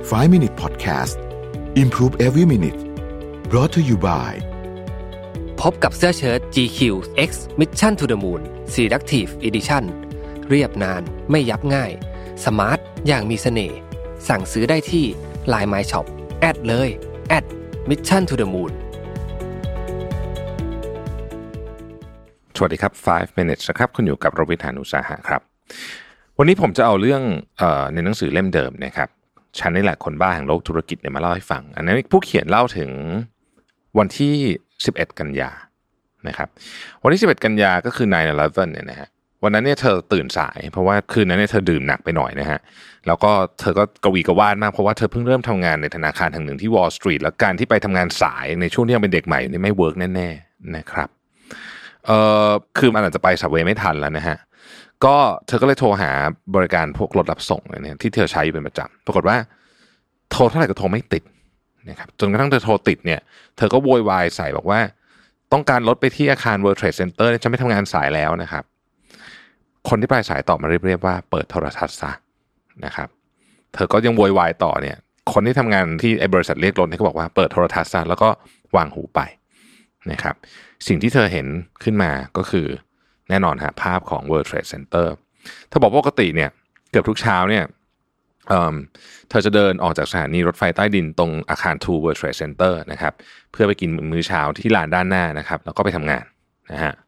5 Minute Podcast Improve Every Minute brought to you by พบกับเสื้อเชิ้ต GQ X Mission to the Moon Selective Edition เรียบนานไม่ยับง่ายสมาร์ทอย่างมีเสน่ห์สั่งซื้อได้ที่ LINE My Shop แอดเลย@Mission to the Moon สวัสดีครับ5 minutes นะครับคุณอยู่กับรวิทย์ หาญอุตสาหะครับวันนี้ผมจะเอาเรื่องในหนังสือเล่มเดิมนะครับฉันนี่แหละคนบ้าแห่งโลกธุรกิจเนี่ยมาเล่าให้ฟังอันนั้นผู้เขียนเล่าถึงวันที่11กันยานะครับวันที่11กันยาก็คือ 9/11 เนี่ยนะฮะวันนั้นเนี่ยเธอตื่นสายเพราะว่าคืนนั้นเนี่ยเธอดื่มหนักไปหน่อยนะฮะแล้วก็เธอก็กระวีกระวาดมากเพราะว่าเธอเพิ่งเริ่มทำงานในธนาคารแห่งหนึ่งที่ Wall Street แล้วการที่ไปทำงานสายในช่วงที่ยังเป็นเด็กใหม่นี่ไม่เวิร์กแน่ๆนะครับคือมันอาจจะไปซับเวย์ไม่ทันแล้วนะฮะก็เธอก็เลยโทรหาบริการพวกรถรับส่งเนี่ยที่เธอใช้อยู่เป็นประจำปรากฏว่าโทรเท่าไหร่ก็โทรไม่ติดนะครับจนกระทั่งเธอโทรติดเนี่ยเธอก็โวยวายใส่บอกว่าต้องการรถไปที่อาคาร World Trade Center จะไม่ทำงานสายแล้วนะครับคนที่ปลายสายตอบมาเรียบๆว่าเปิดโทรทัศน์ซะนะครับเธอก็ยังโวยวายต่อเนี่ยคนที่ทำงานที่ไอ้บริษัทเรียกรถเนี่ยก็บอกว่าเปิดโทรทัศน์ซะแล้วก็วางหูไปนะครับสิ่งที่เธอเห็นขึ้นมาก็คือแน่นอนฮะภาพของ World Trade Center เธอบอกปกติเนี่ยเกือบทุกเช้าเนี่ยเธอจะเดินออกจากสถานีรถไฟใต้ดินตรงอาคาร 2 World Trade Center นะครับเพื่อไปกินมื้อเช้าที่ลานด้านหน้านะครับแล้วก็ไปทำงานนะฮะ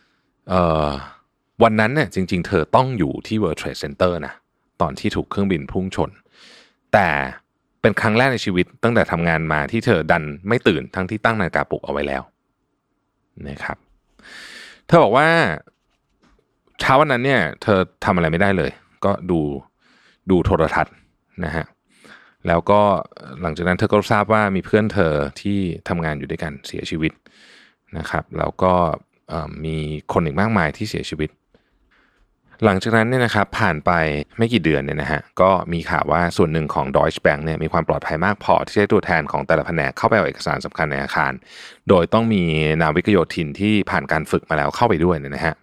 วันนั้นเนี่ยจริงๆเธอต้องอยู่ที่ World Trade Center นะตอนที่ถูกเครื่องบินพุ่งชนแต่เป็นครั้งแรกในชีวิตตั้งแต่ทำงานมาที่เธอดันไม่ตื่นทั้งที่ตั้งนาฬิกาปลุกเอาไว้แล้วนะครับเธอบอกว่าเช้าวันนั้นเนี่ยเธอทำอะไรไม่ได้เลยก็ดูโทรทัศน์นะฮะแล้วก็หลังจากนั้นเธอก็ทราบว่ามีเพื่อนเธอที่ทำงานอยู่ด้วยกันเสียชีวิตนะครับแล้วก็มีคนอีกมากมายที่เสียชีวิตหลังจากนั้นเนี่ยนะครับผ่านไปไม่กี่เดือนเนี่ยนะฮะก็มีข่าวว่าส่วนหนึ่งของ Deutsche Bank เนี่ยมีความปลอดภัยมากพอที่จะให้ตัวแทนของแต่ละแผนกเข้าไปเอาเอกสารสำคัญในอาคารโดยต้องมีนาวิกโยธินที่ผ่านการฝึกมาแล้วเข้าไปด้วยเนี่ยนะฮะ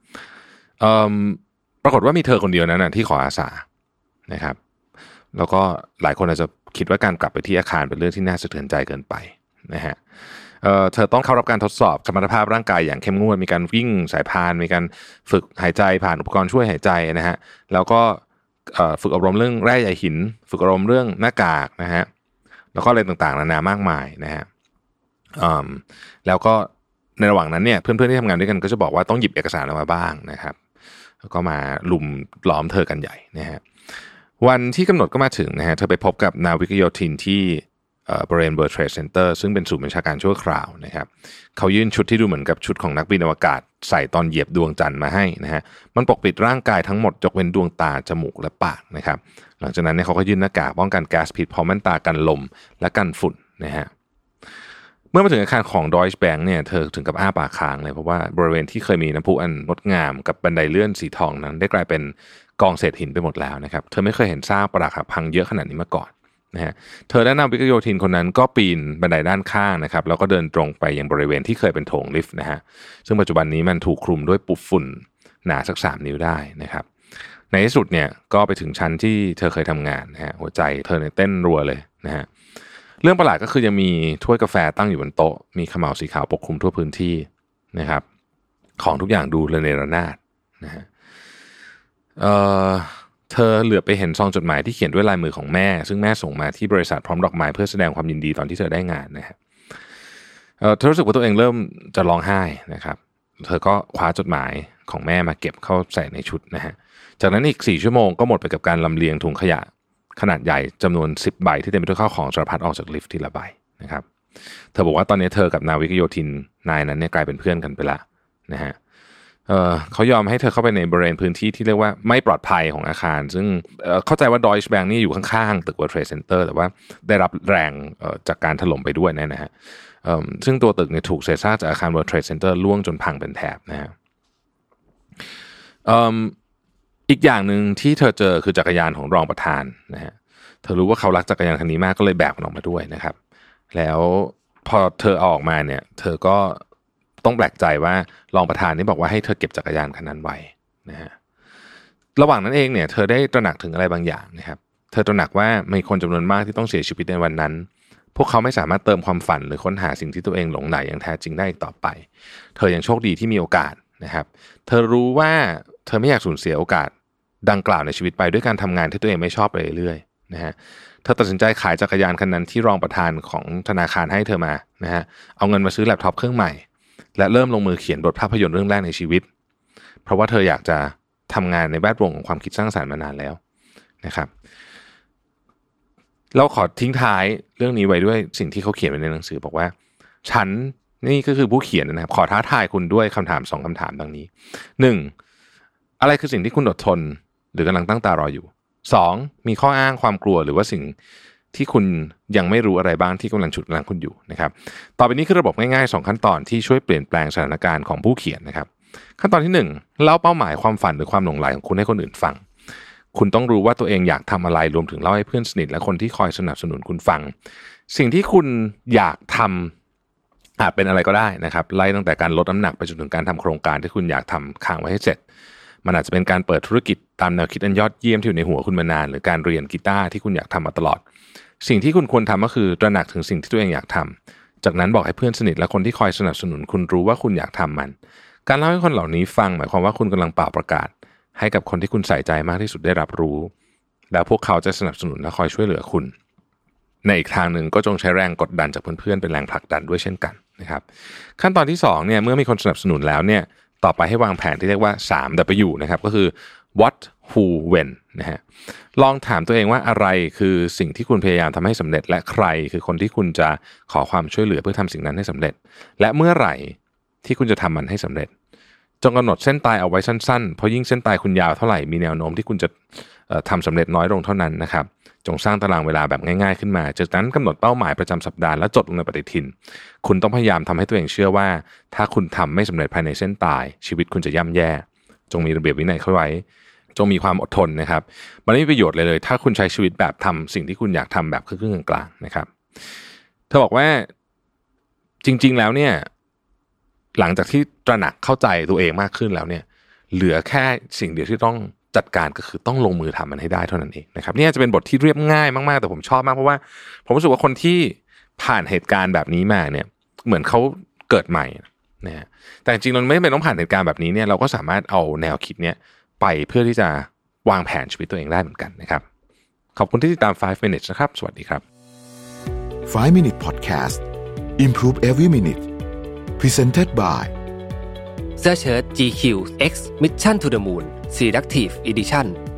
ปรากฏว่ามีเธอคนเดียวนั้นนะที่ขออาสานะครับแล้วก็หลายคนอาจจะคิดว่าการกลับไปที่อาคารเป็นเรื่องที่น่าสะเทือนใจเกินไปนะฮะเธอต้องเข้ารับการทดสอบสมรรถภาพร่างกายอย่างเข้มงวดมีการวิ่งสายพานมีการฝึกหายใจผ่านอุปกรณ์ช่วยหายใจนะฮะแล้วก็ฝึกอบรมเรื่องแร่ใยหินฝึกอบรมเรื่องหน้ากากนะฮะแล้วก็อะไรต่างๆนานามากมายนะฮะแล้วก็ในระหว่างนั้นเนี่ยเพื่อนๆที่ทำงานด้วยกันก็จะบอกว่าต้องหยิบเอกสารออกมาบ้างนะครับแล้วก็มาลุมล้อมเธอกันใหญ่นะฮะวันที่กำหนดก็มาถึงนะฮะเธอไปพบกับนาวิกโยธินที่บริเวณ World Trade Center ซึ่งเป็นศูนย์บัญชาการชั่วคราวนะครับเขายื่นชุดที่ดูเหมือนกับชุดของนักบินอวกาศใส่ตอนเหยียบดวงจันทร์มาให้นะฮะมันปกปิดร่างกายทั้งหมดยกเว้นดวงตาจมูกและปากนะครับหลังจากนั้นเนี่ยเขาก็ยื่นหน้ากากป้องกันแก๊สพิษพร้อมแว่นตากันลมและกันฝุ่นนะฮะเมื่อมาถึงอาคารของ Deutsche Bank เนี่ยเธอถึงกับอ้าปากค้างเลยเพราะว่าบริเวณที่เคยมีน้ำพุอันงดงามกับบันไดเลื่อนสีทองนั้นได้กลายเป็นกองเศษหินไปหมดแล้วนะครับเธอไม่เคยเห็นซากปรักหักพังเยอะขนาดนี้มาก่อนนะฮะเธอและนาวิกโยธินคนนั้นก็ปีนบันไดด้านข้างนะครับแล้วก็เดินตรงไปยังบริเวณที่เคยเป็นโถงลิฟต์นะฮะซึ่งปัจจุบันนี้มันถูกคลุมด้วยปุบฝุ่นหนาสัก3 นิ้วได้นะครับในที่สุดเนี่ยก็ไปถึงชั้นที่เธอเคยทำงานนะฮะหัวใจเธอเนี่ยเต้นรัวเลยนะฮะเรื่องประหลาดก็คือยังมีถ้วยกาแฟตั้งอยู่บนโต๊ะมีเขม่าวสีขาวปกคลุมทั่วพื้นที่นะครับของทุกอย่างดูระเนระนาดนะฮะเธอเหลือไปเห็นซองจดหมายที่เขียนด้วยลายมือของแม่ซึ่งแม่ส่งมาที่บริษัทพร้อมดอกไม้เพื่อแสดงความยินดีตอนที่เธอได้งานนะฮะเธอรู้สึกว่าตัวเองเริ่มจะร้องไห้นะครับเธอก็คว้าจดหมายของแม่มาเก็บเข้าใส่ในชุดนะฮะจากนั้นอีก4 ชั่วโมงก็หมดไปกับการลำเลียงถุงขยะขนาดใหญ่จำนวน10 ใบที่เต็มไปด้วยข้าวของสารพัดออกจากลิฟต์ทีละใบนะครับเธอบอกว่าตอนนี้เธอกับนาวิกโยธินนายนั้นเนี่ยกลายเป็นเพื่อนกันไปละนะฮะเขายอมให้เธอเข้าไปในบริเวณพื้นที่ที่เรียกว่าไม่ปลอดภัยของอาคารซึ่งเข้าใจว่า Deutsche Bank นี่อยู่ข้างๆตึก World Trade Center แต่ว่าได้รับแรงจากการถล่มไปด้วยนะฮะซึ่งตัวตึกเนี่ยถูกเศษซากจากอาคาร World Trade Center ล่วงจนพังเป็นแถบนะฮะอีกอย่างหนึ่งที่เธอเจอคือจักรยานของรองประธานนะฮะเธอรู้ว่าเขารักจักรยานคันนี้มากก็เลยแบกมันออกมาด้วยนะครับแล้วพอเธอเอาออกมาเนี่ยเธอก็ต้องแปลกใจว่ารองประธานนี่บอกว่าให้เธอเก็บจักรยานคันนั้นไว้นะฮะระหว่างนั้นเองเนี่ยเธอได้ตระหนักถึงอะไรบางอย่างนะครับเธอตระหนักว่ามีคนจำนวนมากที่ต้องเสียชีวิตในวันนั้นพวกเขาไม่สามารถเติมความฝันหรือค้นหาสิ่งที่ตัวเองหลงใหลอย่างแท้จริงได้อีกต่อไปเธอยังโชคดีที่มีโอกาสนะครับเธอรู้ว่าเธอไม่อยากสูญเสียโอกาสดังกล่าวในชีวิตไปด้วยการทำงานที่ตัวเองไม่ชอบไปเรื่อยๆนะฮะเธอตัดสินใจขายจักรยานคันนั้นที่รองประธานของธนาคารให้เธอมานะฮะเอาเงินมาซื้อแล็ปท็อปเครื่องใหม่และเริ่มลงมือเขียนบทภาพยนตร์เรื่องแรกในชีวิตเพราะว่าเธออยากจะทำงานในแวดวงของความคิดสร้างสรรค์มานานแล้วนะครับเราขอทิ้งท้ายเรื่องนี้ไว้ด้วยสิ่งที่เขาเขียนไว้ในหนังสือบอกว่าฉันนี่ก็คือผู้เขียนนะครับขอท้าทายคุณด้วยคำถาม2คำถามดังนี้ 1. อะไรคือสิ่งที่คุณอดทนหรือกำลังตั้งตารออยู่ 2. มีข้ออ้างความกลัวหรือว่าสิ่งที่คุณยังไม่รู้อะไรบ้างที่กำลังฉุดรั้งคุณอยู่นะครับต่อไปนี้คือระบบง่ายๆ2ขั้นตอนที่ช่วยเปลี่ยนแปลงสถานการณ์ของผู้เขียนนะครับขั้นตอนที่1เล่าเป้าหมายความฝันหรือความหลงใหลของคุณให้คนอื่นฟังคุณต้องรู้ว่าตัวเองอยากทำอะไรรวมถึงเล่าให้เพื่อนสนิทและคนที่คอยสนับสนุนคุณฟังสิ่งที่คุณอยากทำอาจเป็นอะไรก็ได้นะครับไล่ตั้งแต่การลดน้ำหนักไปจนถึงการทำโครงการที่คุณอยากทำค้างไว้ให้เสร็จมันอาจจะเป็นการเปิดธุรกิจตามแนวคิดอันยอดเยี่ยมที่อยู่ในหัวคุณมานานหรือการเรียนกีตาร์ที่คุณอยากทำมาตลอดสิ่งที่คุณควรทำก็คือตระหนักถึงสิ่งที่ตัวเองอยากทำจากนั้นบอกให้เพื่อนสนิทและคนที่คอยสนับสนุนคุณรู้ว่าคุณอยากทำมันการเล่าให้คนเหล่านี้ฟังหมายความว่าคุณกำลังเป่าประกาศให้กับคนที่คุณใส่ใจมากที่สุดได้รับรู้แล้วพวกเขาจะสนับสนุนและคอยช่วยเหลือคุณในอีกทางหนึ่งก็จงใช้แรงกดดันจากเพื่อนๆเป็นแรงผลักดันด้วยเช่นกันนะครับขั้นตอนที่2เนี่ยเมื่อมีคนสนับสนุนแล้วเนี่ยต่อไปให้วางแผนที่เรียกว่า 3W นะครับก็คือ what who when นะฮะลองถามตัวเองว่าอะไรคือสิ่งที่คุณพยายามทำให้สำเร็จและใครคือคนที่คุณจะขอความช่วยเหลือเพื่อทำสิ่งนั้นให้สำเร็จและเมื่อไหร่ที่คุณจะทำมันให้สำเร็จจงกำหนดเส้นตายเอาไว้สั้นๆเพราะยิ่งเส้นตายคุณยาวเท่าไหร่มีแนวโน้มที่คุณจะทำสำเร็จน้อยลงเท่านั้นนะครับจงสร้างตารางเวลาแบบง่ายๆขึ้นมาจากนั้นกำหนดเป้าหมายประจำสัปดาห์แล้วจดลงในปฏิทินคุณต้องพยายามทำให้ตัวเองเชื่อว่าถ้าคุณทำไม่สำเร็จภายในเส้นตายชีวิตคุณจะย่ำแย่จงมีระเบียบวินัยเข้าไว้จงมีความอดทนนะครับมันไม่มีประโยชน์เลยถ้าคุณใช้ชีวิตแบบทำสิ่งที่คุณอยากทำแบบครึ่งๆกลางๆนะครับเธอบอกว่าจริงๆแล้วเนี่ยหลังจากที่ตระหนักเข้าใจตัวเองมากขึ้นแล้วเนี่ยเหลือแค่สิ่งเดียวที่ต้องจัดการก็คือต้องลงมือทำมันให้ได้เท่านั้นเองนะครับนี่จะเป็นบทที่เรียบง่ายมากๆแต่ผมชอบมากเพราะว่าผมรู้สึกว่าคนที่ผ่านเหตุการณ์แบบนี้มาเนี่ยเหมือนเขาเกิดใหม่นะฮะแต่จริงๆเราไม่จำเป็นต้องผ่านเหตุการณ์แบบนี้เนี่ยเราก็สามารถเอาแนวคิดเนี้ยไปเพื่อที่จะวางแผนชีวิตตัวเองได้เหมือนกันนะครับขอบคุณที่ติดตาม5 minutes นะครับสวัสดีครับ 5 minute podcast improve every minute presented by เสื้อเชิ้ต GQ X Mission to the Moon Selective Edition